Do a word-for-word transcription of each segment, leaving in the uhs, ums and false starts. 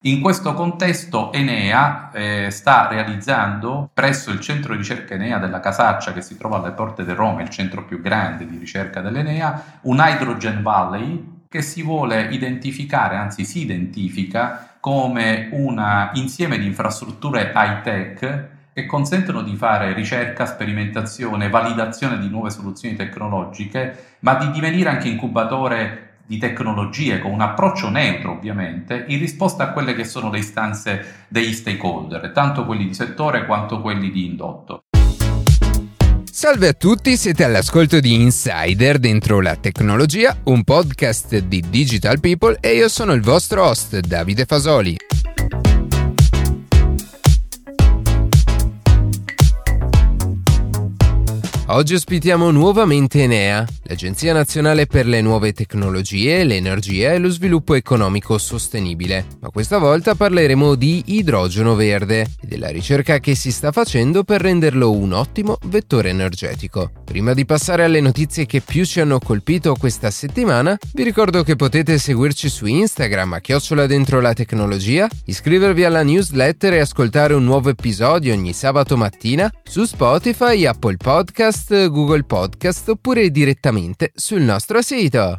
In questo contesto Enea eh, sta realizzando presso il centro di ricerca Enea della Casaccia, che si trova alle porte di Roma, il centro più grande di ricerca dell'Enea, un Hydrogen Valley che si vuole identificare, anzi si identifica come un insieme di infrastrutture high-tech che consentono di fare ricerca, sperimentazione, validazione di nuove soluzioni tecnologiche, ma di divenire anche incubatore di tecnologie con un approccio neutro, ovviamente, in risposta a quelle che sono le istanze degli stakeholder, tanto quelli di settore quanto quelli di indotto. Salve a tutti, siete all'ascolto di Insider dentro la tecnologia, un podcast di Digital People, e io sono il vostro host, Davide Fasoli. Oggi ospitiamo nuovamente Enea, l'Agenzia Nazionale per le Nuove Tecnologie, l'Energia e lo Sviluppo Economico Sostenibile. Ma questa volta parleremo di idrogeno verde e della ricerca che si sta facendo per renderlo un ottimo vettore energetico. Prima di passare alle notizie che più ci hanno colpito questa settimana, vi ricordo che potete seguirci su Instagram a chiocciola dentro la tecnologia, iscrivervi alla newsletter e ascoltare un nuovo episodio ogni sabato mattina su Spotify, Apple Podcast, Google Podcast oppure direttamente sul nostro sito.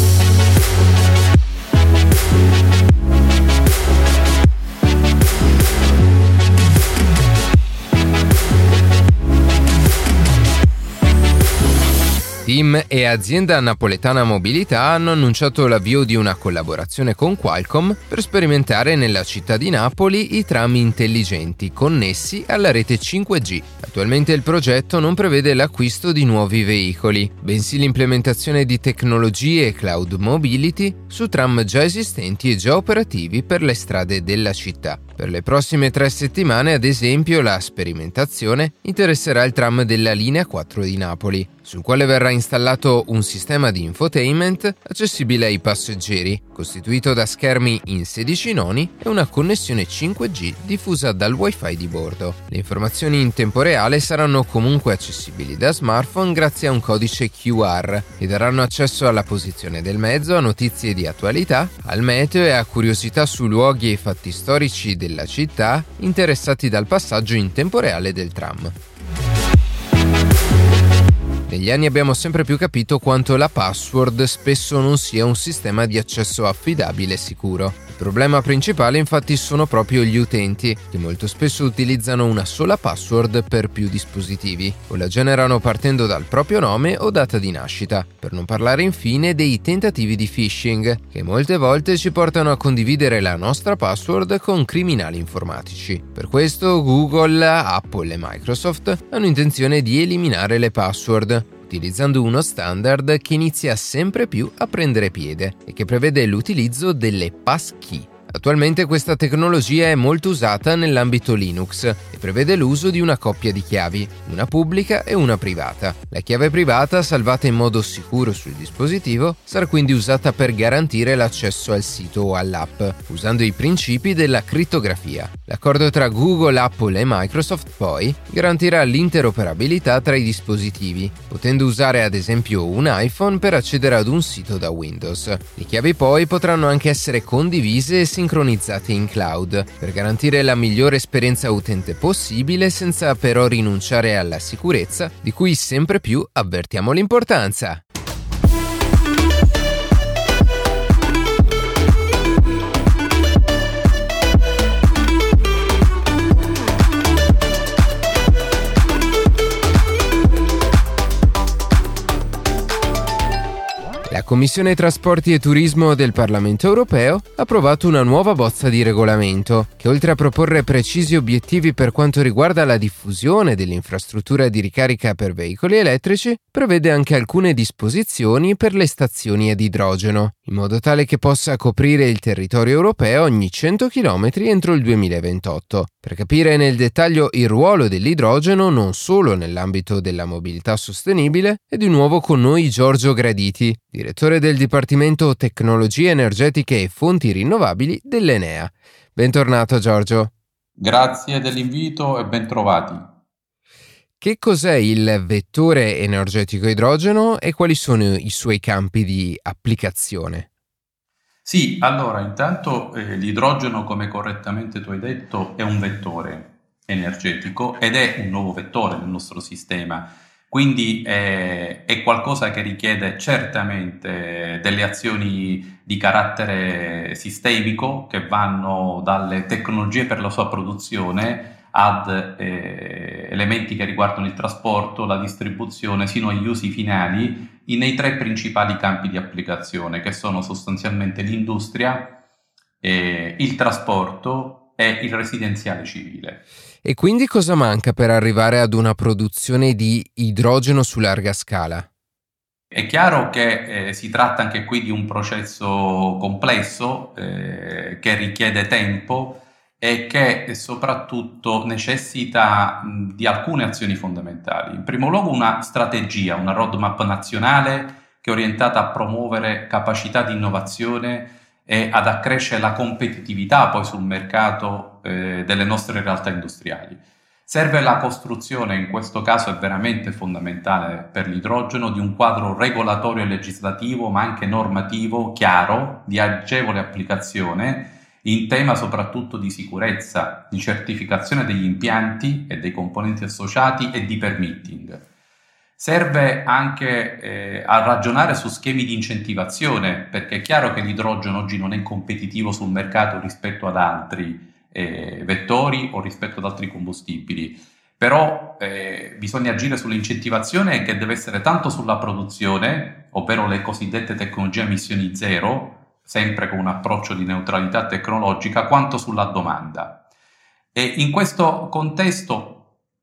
Team e azienda napoletana Mobilità hanno annunciato l'avvio di una collaborazione con Qualcomm per sperimentare nella città di Napoli i tram intelligenti connessi alla rete cinque G. Attualmente il progetto non prevede l'acquisto di nuovi veicoli, bensì l'implementazione di tecnologie cloud mobility su tram già esistenti e già operativi per le strade della città. Per le prossime tre settimane, ad esempio, la sperimentazione interesserà il tram della linea quattro di Napoli, sul quale verrà installato un sistema di infotainment accessibile ai passeggeri, costituito da schermi in sedici noni e una connessione cinque G diffusa dal Wi-Fi di bordo. Le informazioni in tempo reale saranno comunque accessibili da smartphone grazie a un codice Q R e daranno accesso alla posizione del mezzo, a notizie di attualità, al meteo e a curiosità su luoghi e fatti storici della città interessati dal passaggio in tempo reale del tram. Negli anni abbiamo sempre più capito quanto la password spesso non sia un sistema di accesso affidabile e sicuro. Il problema principale infatti sono proprio gli utenti, che molto spesso utilizzano una sola password per più dispositivi, o la generano partendo dal proprio nome o data di nascita, per non parlare infine dei tentativi di phishing, che molte volte ci portano a condividere la nostra password con criminali informatici. Per questo Google, Apple e Microsoft hanno intenzione di eliminare le password, utilizzando uno standard che inizia sempre più a prendere piede e che prevede l'utilizzo delle passkey. Attualmente questa tecnologia è molto usata nell'ambito Linux e prevede l'uso di una coppia di chiavi, una pubblica e una privata. La chiave privata, salvata in modo sicuro sul dispositivo, sarà quindi usata per garantire l'accesso al sito o all'app, usando i principi della crittografia. L'accordo tra Google, Apple e Microsoft, poi, garantirà l'interoperabilità tra i dispositivi, potendo usare ad esempio un iPhone per accedere ad un sito da Windows. Le chiavi poi potranno anche essere condivise e sincronizzate in cloud, per garantire la migliore esperienza utente possibile senza però rinunciare alla sicurezza, di cui sempre più avvertiamo l'importanza. La Commissione Trasporti e Turismo del Parlamento Europeo ha approvato una nuova bozza di regolamento che, oltre a proporre precisi obiettivi per quanto riguarda la diffusione dell'infrastruttura di ricarica per veicoli elettrici, prevede anche alcune disposizioni per le stazioni ad idrogeno, in modo tale che possa coprire il territorio europeo ogni cento chilometri entro il duemilaventotto. Per capire nel dettaglio il ruolo dell'idrogeno non solo nell'ambito della mobilità sostenibile, è di nuovo con noi Giorgio Graditi, direttore del Dipartimento Tecnologie Energetiche e Fonti Rinnovabili dell'Enea. Bentornato Giorgio. Grazie dell'invito e bentrovati. Che cos'è il vettore energetico idrogeno e quali sono i suoi campi di applicazione? Sì, allora intanto eh, l'idrogeno, come correttamente tu hai detto, è un vettore energetico ed è un nuovo vettore nel nostro sistema, quindi eh, è qualcosa che richiede certamente delle azioni di carattere sistemico che vanno dalle tecnologie per la sua produzione ad eh, elementi che riguardano il trasporto, la distribuzione, sino agli usi finali nei tre principali campi di applicazione, che sono sostanzialmente l'industria, eh, il trasporto e il residenziale civile. E quindi cosa manca per arrivare ad una produzione di idrogeno su larga scala? È chiaro che eh, si tratta anche qui di un processo complesso eh, che richiede tempo e che soprattutto necessita mh, di alcune azioni fondamentali. In primo luogo una strategia, una roadmap nazionale che è orientata a promuovere capacità di innovazione e ad accrescere la competitività poi sul mercato eh, delle nostre realtà industriali. Serve la costruzione, in questo caso è veramente fondamentale per l'idrogeno, di un quadro regolatorio e legislativo, ma anche normativo, chiaro, di agevole applicazione, in tema soprattutto di sicurezza, di certificazione degli impianti e dei componenti associati e di permitting. Serve anche eh, a ragionare su schemi di incentivazione, perché è chiaro che l'idrogeno oggi non è competitivo sul mercato rispetto ad altri eh, vettori o rispetto ad altri combustibili, però eh, bisogna agire sull'incentivazione che deve essere tanto sulla produzione, ovvero le cosiddette tecnologie a emissioni zero, sempre con un approccio di neutralità tecnologica, quanto sulla domanda. E in questo contesto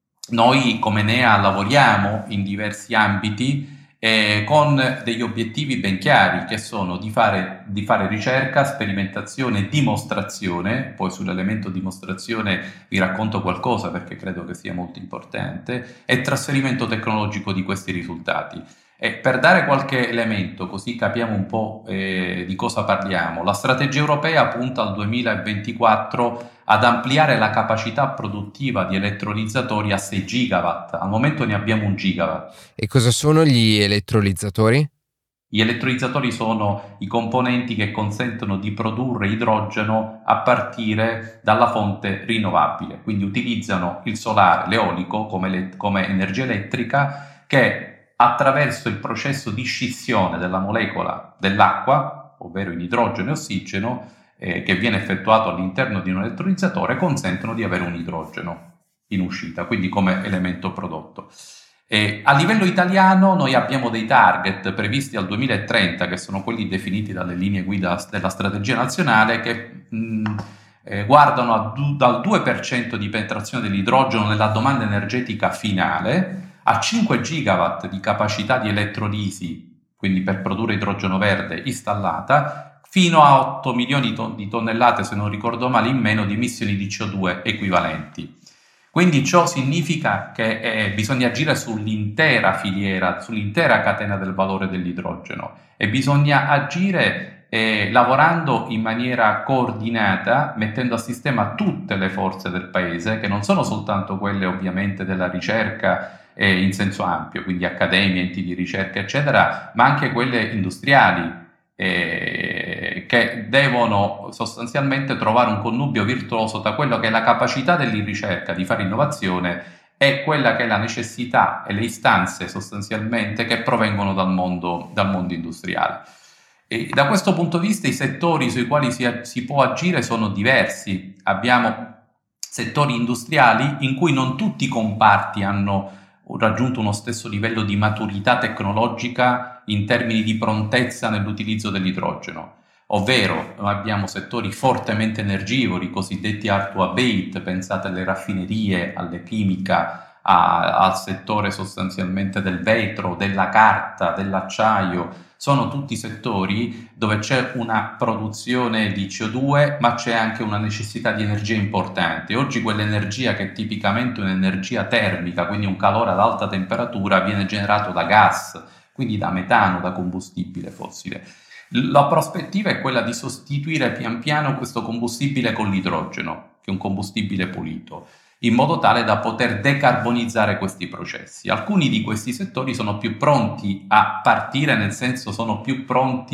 noi come Enea lavoriamo in diversi ambiti eh, con degli obiettivi ben chiari, che sono di fare, di fare ricerca, sperimentazione e dimostrazione. Poi sull'elemento dimostrazione vi racconto qualcosa perché credo che sia molto importante, e trasferimento tecnologico di questi risultati. E per dare qualche elemento, così capiamo un po' eh, di cosa parliamo, la strategia europea punta al duemilaventiquattro ad ampliare la capacità produttiva di elettrolizzatori a sei gigawatt. Al momento ne abbiamo un gigawatt. E cosa sono gli elettrolizzatori? Gli elettrolizzatori sono i componenti che consentono di produrre idrogeno a partire dalla fonte rinnovabile, quindi utilizzano il solare, l'eolico come, le, come energia elettrica, che attraverso il processo di scissione della molecola dell'acqua, ovvero in idrogeno e ossigeno, eh, che viene effettuato all'interno di un elettrolizzatore, consentono di avere un idrogeno in uscita, quindi come elemento prodotto. E a livello italiano noi abbiamo dei target previsti al duemilatrenta, che sono quelli definiti dalle linee guida della strategia nazionale, che mh, eh, guardano a du- dal due per cento di penetrazione dell'idrogeno nella domanda energetica finale, a cinque gigawatt di capacità di elettrolisi, quindi per produrre idrogeno verde installata, fino a otto milioni ton- di tonnellate, se non ricordo male, in meno di emissioni di C O due equivalenti. Quindi ciò significa che eh, bisogna agire sull'intera filiera, sull'intera catena del valore dell'idrogeno, e bisogna agire eh, lavorando in maniera coordinata, mettendo a sistema tutte le forze del paese, che non sono soltanto quelle ovviamente della ricerca eh, in senso ampio, quindi accademie, enti di ricerca eccetera, ma anche quelle industriali, eh, che devono sostanzialmente trovare un connubio virtuoso tra quello che è la capacità della ricerca di fare innovazione e quella che è la necessità e le istanze sostanzialmente che provengono dal mondo, dal mondo industriale. E da questo punto di vista i settori sui quali si, si può agire sono diversi. Abbiamo settori industriali in cui non tutti i comparti hanno raggiunto uno stesso livello di maturità tecnologica in termini di prontezza nell'utilizzo dell'idrogeno, ovvero abbiamo settori fortemente energivori, cosiddetti hard to abate, pensate alle raffinerie, alle chimica, a, al settore sostanzialmente del vetro, della carta, dell'acciaio. Sono tutti settori dove c'è una produzione di C O due, ma c'è anche una necessità di energia importante. Oggi quell'energia, che è tipicamente un'energia termica, quindi un calore ad alta temperatura, viene generato da gas, quindi da metano, da combustibile fossile. La prospettiva è quella di sostituire pian piano questo combustibile con l'idrogeno, che è un combustibile pulito, in modo tale da poter decarbonizzare questi processi. Alcuni di questi settori sono più pronti a partire, nel senso sono più pronti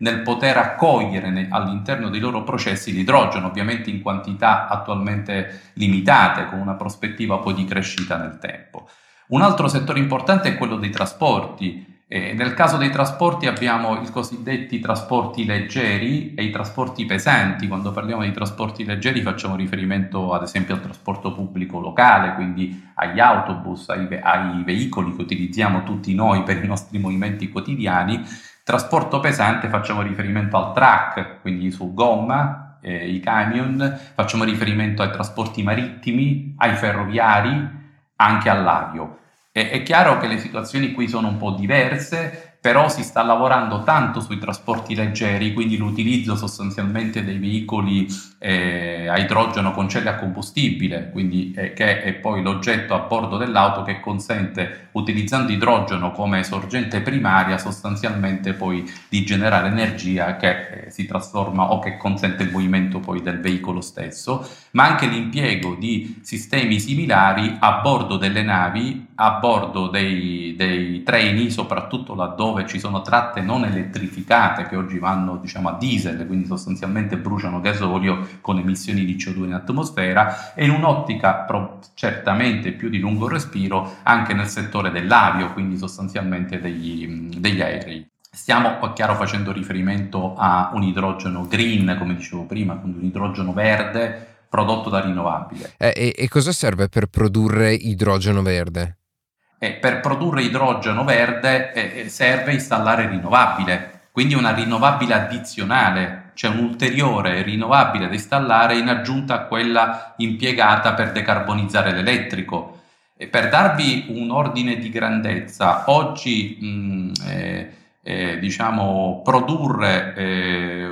nel poter accogliere ne, all'interno dei loro processi l'idrogeno, ovviamente in quantità attualmente limitate, con una prospettiva poi di crescita nel tempo. Un altro settore importante è quello dei trasporti. Eh, nel caso dei trasporti abbiamo i cosiddetti trasporti leggeri e i trasporti pesanti. Quando parliamo di trasporti leggeri facciamo riferimento ad esempio al trasporto pubblico locale, quindi agli autobus, ai, ve- ai veicoli che utilizziamo tutti noi per i nostri movimenti quotidiani. Trasporto pesante facciamo riferimento al truck, quindi su gomma, eh, i camion, facciamo riferimento ai trasporti marittimi, ai ferroviari, anche all'aereo. È chiaro che le situazioni qui sono un po' diverse, però si sta lavorando tanto sui trasporti leggeri, quindi l'utilizzo sostanzialmente dei veicoli eh, a idrogeno con celle a combustibile, quindi eh, che è poi l'oggetto a bordo dell'auto che consente, utilizzando idrogeno come sorgente primaria, sostanzialmente poi di generare energia che eh, si trasforma o che consente il movimento poi del veicolo stesso, ma anche l'impiego di sistemi similari a bordo delle navi, a bordo dei, dei treni, soprattutto laddove ci sono tratte non elettrificate che oggi vanno diciamo a diesel, quindi sostanzialmente bruciano gasolio con emissioni di C O due in atmosfera, e in un'ottica pro- certamente più di lungo respiro anche nel settore dell'avio, quindi sostanzialmente degli, degli aerei. Stiamo, chiaro, facendo riferimento a un idrogeno green, come dicevo prima, quindi un idrogeno verde prodotto da rinnovabile. Eh, e, e cosa serve per produrre idrogeno verde? E per produrre idrogeno verde eh, serve installare rinnovabile, quindi una rinnovabile addizionale, cioè un'ulteriore rinnovabile da installare in aggiunta a quella impiegata per decarbonizzare l'elettrico. E per darvi un ordine di grandezza, oggi mh, eh, eh, diciamo produrre eh,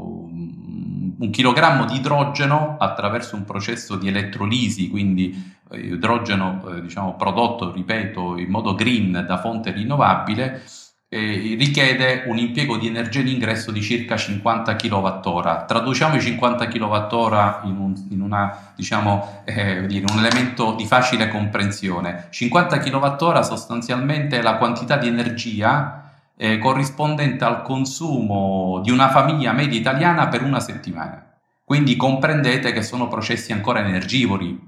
un chilogrammo di idrogeno attraverso un processo di elettrolisi, quindi idrogeno eh, diciamo prodotto, ripeto, in modo green da fonte rinnovabile, eh, richiede un impiego di energia in ingresso di circa cinquanta chilowattora. Traduciamo i cinquanta chilowattora in un, in una, diciamo, eh, in un elemento di facile comprensione. cinquanta chilowattora sostanzialmente è la quantità di energia eh, corrispondente al consumo di una famiglia media italiana per una settimana. Quindi comprendete che sono processi ancora energivori.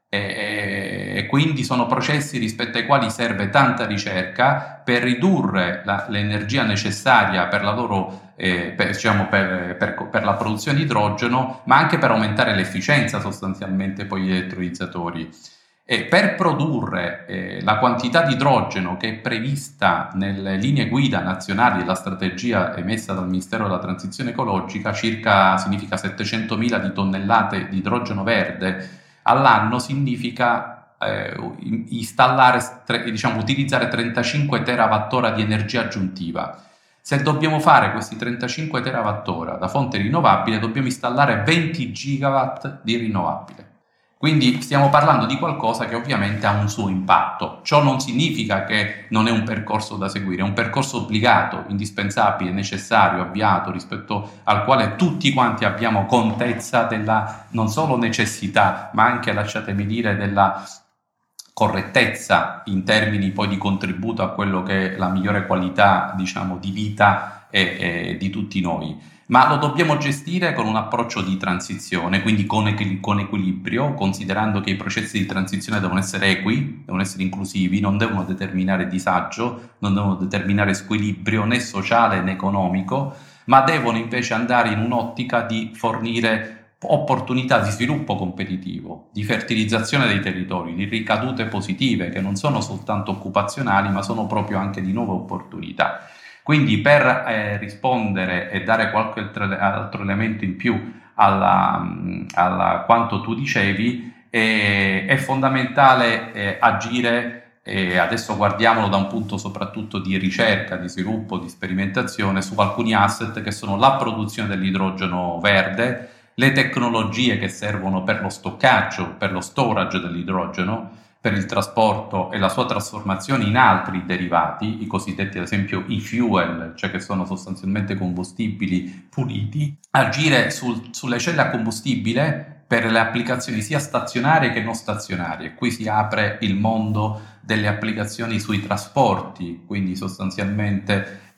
E, e quindi sono processi rispetto ai quali serve tanta ricerca per ridurre la, l'energia necessaria per la loro eh, per, diciamo per, per, per la produzione di idrogeno, ma anche per aumentare l'efficienza sostanzialmente poi gli elettrolizzatori. E per produrre eh, la quantità di idrogeno che è prevista nelle linee guida nazionali della strategia emessa dal Ministero della Transizione Ecologica, circa significa settecentomila di tonnellate di idrogeno verde all'anno, significa eh, installare, diciamo, utilizzare trentacinque terawattora di energia aggiuntiva. Se dobbiamo fare questi trentacinque terawattora da fonte rinnovabile, dobbiamo installare venti gigawatt di rinnovabile. Quindi stiamo parlando di qualcosa che ovviamente ha un suo impatto. Ciò non significa che non è un percorso da seguire, è un percorso obbligato, indispensabile, necessario, avviato, rispetto al quale tutti quanti abbiamo contezza della non solo necessità, ma anche, lasciatemi dire, della correttezza in termini poi di contributo a quello che è la migliore qualità, diciamo, di vita e, e di tutti noi. Ma lo dobbiamo gestire con un approccio di transizione, quindi con, equi- con equilibrio, considerando che i processi di transizione devono essere equi, devono essere inclusivi, non devono determinare disagio, non devono determinare squilibrio né sociale né economico, ma devono invece andare in un'ottica di fornire opportunità di sviluppo competitivo, di fertilizzazione dei territori, di ricadute positive che non sono soltanto occupazionali, ma sono proprio anche di nuove opportunità. Quindi per eh, rispondere e dare qualche altro elemento in più alla, alla quanto tu dicevi, eh, è fondamentale eh, agire, e eh, adesso guardiamolo da un punto soprattutto di ricerca, di sviluppo, di sperimentazione, su alcuni asset che sono la produzione dell'idrogeno verde, le tecnologie che servono per lo stoccaggio, per lo storage dell'idrogeno, per il trasporto e la sua trasformazione in altri derivati, i cosiddetti ad esempio e-fuel, cioè che sono sostanzialmente combustibili puliti, agire sul, sulle celle a combustibile per le applicazioni sia stazionarie che non stazionarie. Qui si apre il mondo delle applicazioni sui trasporti, quindi sostanzialmente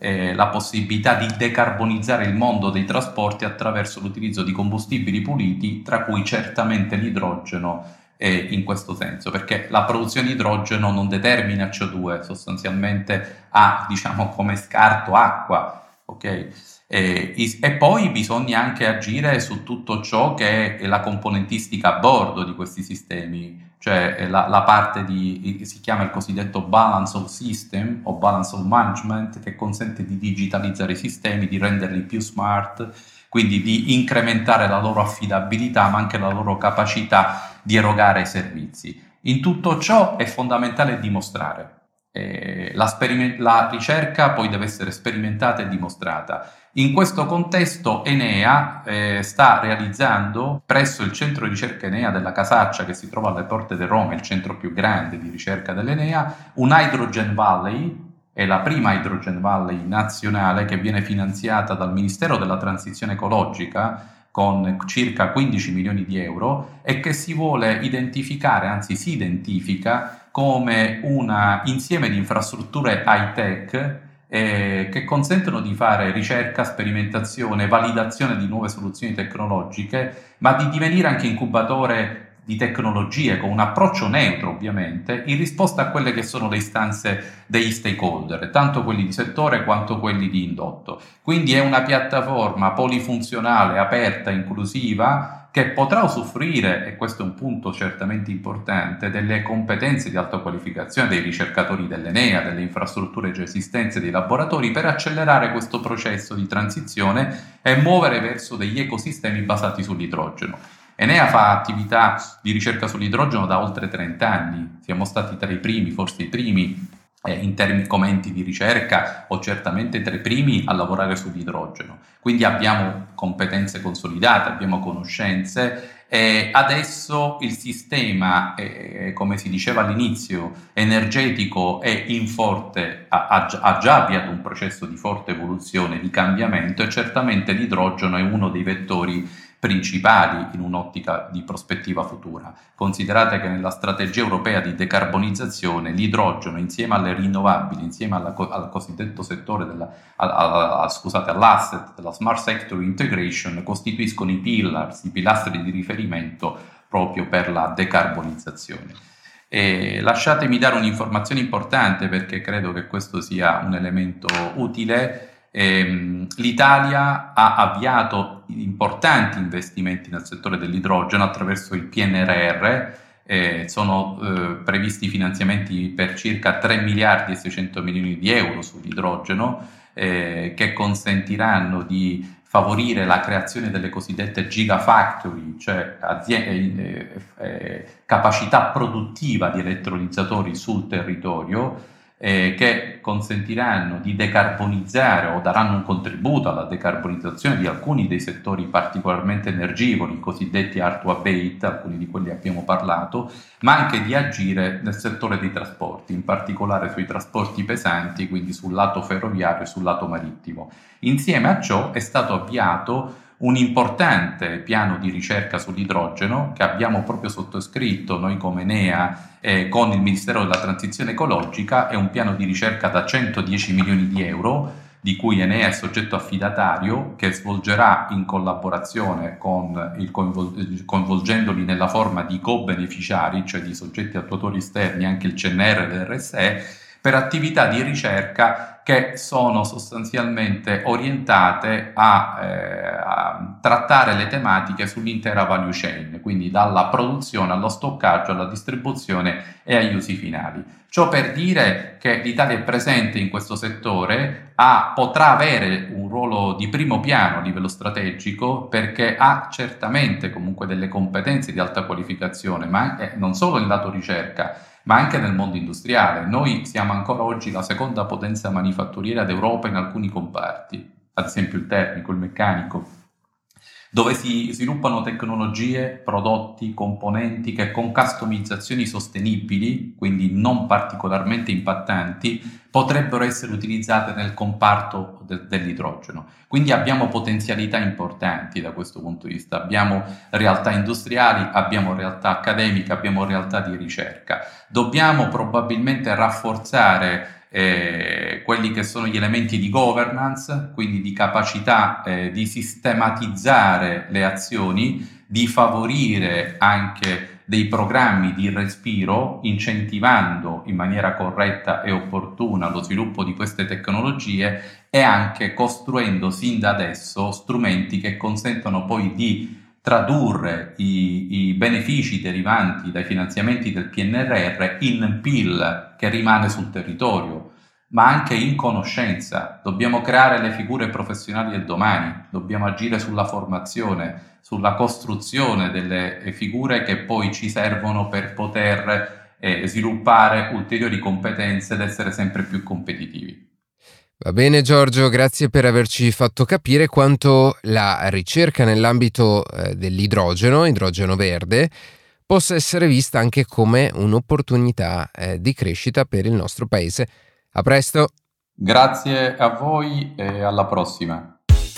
eh, la possibilità di decarbonizzare il mondo dei trasporti attraverso l'utilizzo di combustibili puliti, tra cui certamente l'idrogeno eh, in questo senso, perché la produzione di idrogeno non determina C O due, sostanzialmente ha, diciamo, come scarto acqua, ok? E, e poi bisogna anche agire su tutto ciò che è la componentistica a bordo di questi sistemi, cioè la, la parte di, si chiama il cosiddetto balance of system o balance of management, che consente di digitalizzare i sistemi, di renderli più smart, quindi di incrementare la loro affidabilità, ma anche la loro capacità di erogare servizi. In tutto ciò è fondamentale dimostrare. Eh, la, speriment- la ricerca poi deve essere sperimentata e dimostrata. In questo contesto Enea eh, sta realizzando presso il centro di ricerca Enea della Casaccia, che si trova alle porte di Roma, il centro più grande di ricerca dell'Enea, un Hydrogen Valley. È la prima Hydrogen Valley nazionale che viene finanziata dal Ministero della Transizione Ecologica con circa quindici milioni di euro e che si vuole identificare, anzi si identifica come un insieme di infrastrutture high-tech eh, che consentono di fare ricerca, sperimentazione, validazione di nuove soluzioni tecnologiche, ma di divenire anche incubatore di tecnologie con un approccio neutro, ovviamente, in risposta a quelle che sono le istanze degli stakeholder, tanto quelli di settore quanto quelli di indotto. Quindi è una piattaforma polifunzionale, aperta, inclusiva, che potrà usufruire, e questo è un punto certamente importante, delle competenze di alta qualificazione dei ricercatori dell'Enea, delle infrastrutture già esistenti dei laboratori, per accelerare questo processo di transizione e muovere verso degli ecosistemi basati sull'idrogeno. Enea fa attività di ricerca sull'idrogeno da oltre trenta anni, siamo stati tra i primi, forse i primi eh, in termini come enti di ricerca o certamente tra i primi a lavorare sull'idrogeno. Quindi abbiamo competenze consolidate, abbiamo conoscenze e adesso il sistema, eh, come si diceva all'inizio, energetico è in forte, ha, ha già avviato un processo di forte evoluzione, di cambiamento, e certamente l'idrogeno è uno dei vettori principali in un'ottica di prospettiva futura. Considerate che nella strategia europea di decarbonizzazione l'idrogeno, insieme alle rinnovabili, insieme alla, al cosiddetto settore della, alla, alla, scusate, all'asset della Smart Sector Integration, costituiscono i pillars, i pilastri di riferimento proprio per la decarbonizzazione. E lasciatemi dare un'informazione importante, perché credo che questo sia un elemento utile. Eh, L'Italia ha avviato importanti investimenti nel settore dell'idrogeno attraverso il P N R R, eh, sono eh, previsti finanziamenti per circa tre miliardi e seicento milioni di euro sull'idrogeno, eh, che consentiranno di favorire la creazione delle cosiddette gigafactory, cioè aziende, eh, eh, capacità produttiva di elettrolizzatori sul territorio, Eh, che consentiranno di decarbonizzare o daranno un contributo alla decarbonizzazione di alcuni dei settori particolarmente energivori, i cosiddetti hard to abate, alcuni di quelli abbiamo parlato, ma anche di agire nel settore dei trasporti, in particolare sui trasporti pesanti, quindi sul lato ferroviario e sul lato marittimo. Insieme a ciò è stato avviato un importante piano di ricerca sull'idrogeno che abbiamo proprio sottoscritto noi come Enea eh, con il Ministero della Transizione Ecologica. È un piano di ricerca da centodieci milioni di euro, di cui Enea è soggetto affidatario, che svolgerà in collaborazione con il coinvol- coinvolgendoli nella forma di co-beneficiari, cioè di soggetti attuatori esterni, anche il C N R e l'R S E, per attività di ricerca che sono sostanzialmente orientate a, eh, a trattare le tematiche sull'intera value chain, quindi dalla produzione allo stoccaggio, alla distribuzione e agli usi finali. Ciò per dire che l'Italia è presente in questo settore, ha, potrà avere un ruolo di primo piano a livello strategico, perché ha certamente comunque delle competenze di alta qualificazione, ma anche, non solo nel lato ricerca, ma anche nel mondo industriale. Noi siamo ancora oggi la seconda potenza manifatturiera d'Europa in alcuni comparti, ad esempio il termico, il meccanico, dove si sviluppano tecnologie, prodotti, componenti che con customizzazioni sostenibili, quindi non particolarmente impattanti, potrebbero essere utilizzate nel comparto de- dell'idrogeno. Quindi abbiamo potenzialità importanti da questo punto di vista, abbiamo realtà industriali, abbiamo realtà accademiche, abbiamo realtà di ricerca. Dobbiamo probabilmente rafforzare eh, quelli che sono gli elementi di governance, quindi di capacità eh, di sistematizzare le azioni, di favorire anche dei programmi di respiro, incentivando in maniera corretta e opportuna lo sviluppo di queste tecnologie e anche costruendo sin da adesso strumenti che consentono poi di tradurre i, i benefici derivanti dai finanziamenti del P N R R in P I L che rimane sul territorio, ma anche in conoscenza. Dobbiamo creare le figure professionali del domani, dobbiamo agire sulla formazione, sulla costruzione delle figure che poi ci servono per poter eh, sviluppare ulteriori competenze ed essere sempre più competitivi. Va bene Giorgio, grazie per averci fatto capire quanto la ricerca nell'ambito eh, dell'idrogeno, idrogeno verde, possa essere vista anche come un'opportunità eh, di crescita per il nostro paese. A presto! Grazie a voi e alla prossima!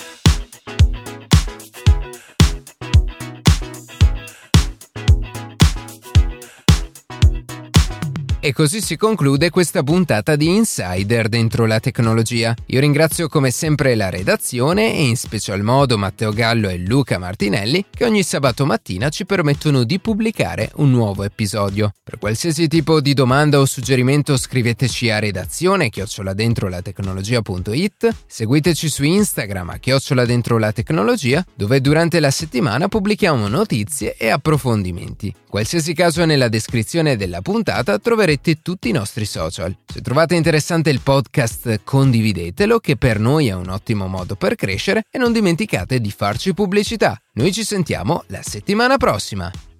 E così si conclude questa puntata di Insider dentro la tecnologia. Io ringrazio come sempre la redazione e in special modo Matteo Gallo e Luca Martinelli che ogni sabato mattina ci permettono di pubblicare un nuovo episodio. Per qualsiasi tipo di domanda o suggerimento scriveteci a redazione chiocciola dentro la tecnologia punto it, seguiteci su Instagram a chiocciola dentro la tecnologia, dove durante la settimana pubblichiamo notizie e approfondimenti. Qualsiasi caso è nella descrizione della puntata troverete tutti i nostri social. Se trovate interessante il podcast, condividetelo, che per noi è un ottimo modo per crescere, e non dimenticate di farci pubblicità. Noi ci sentiamo la settimana prossima.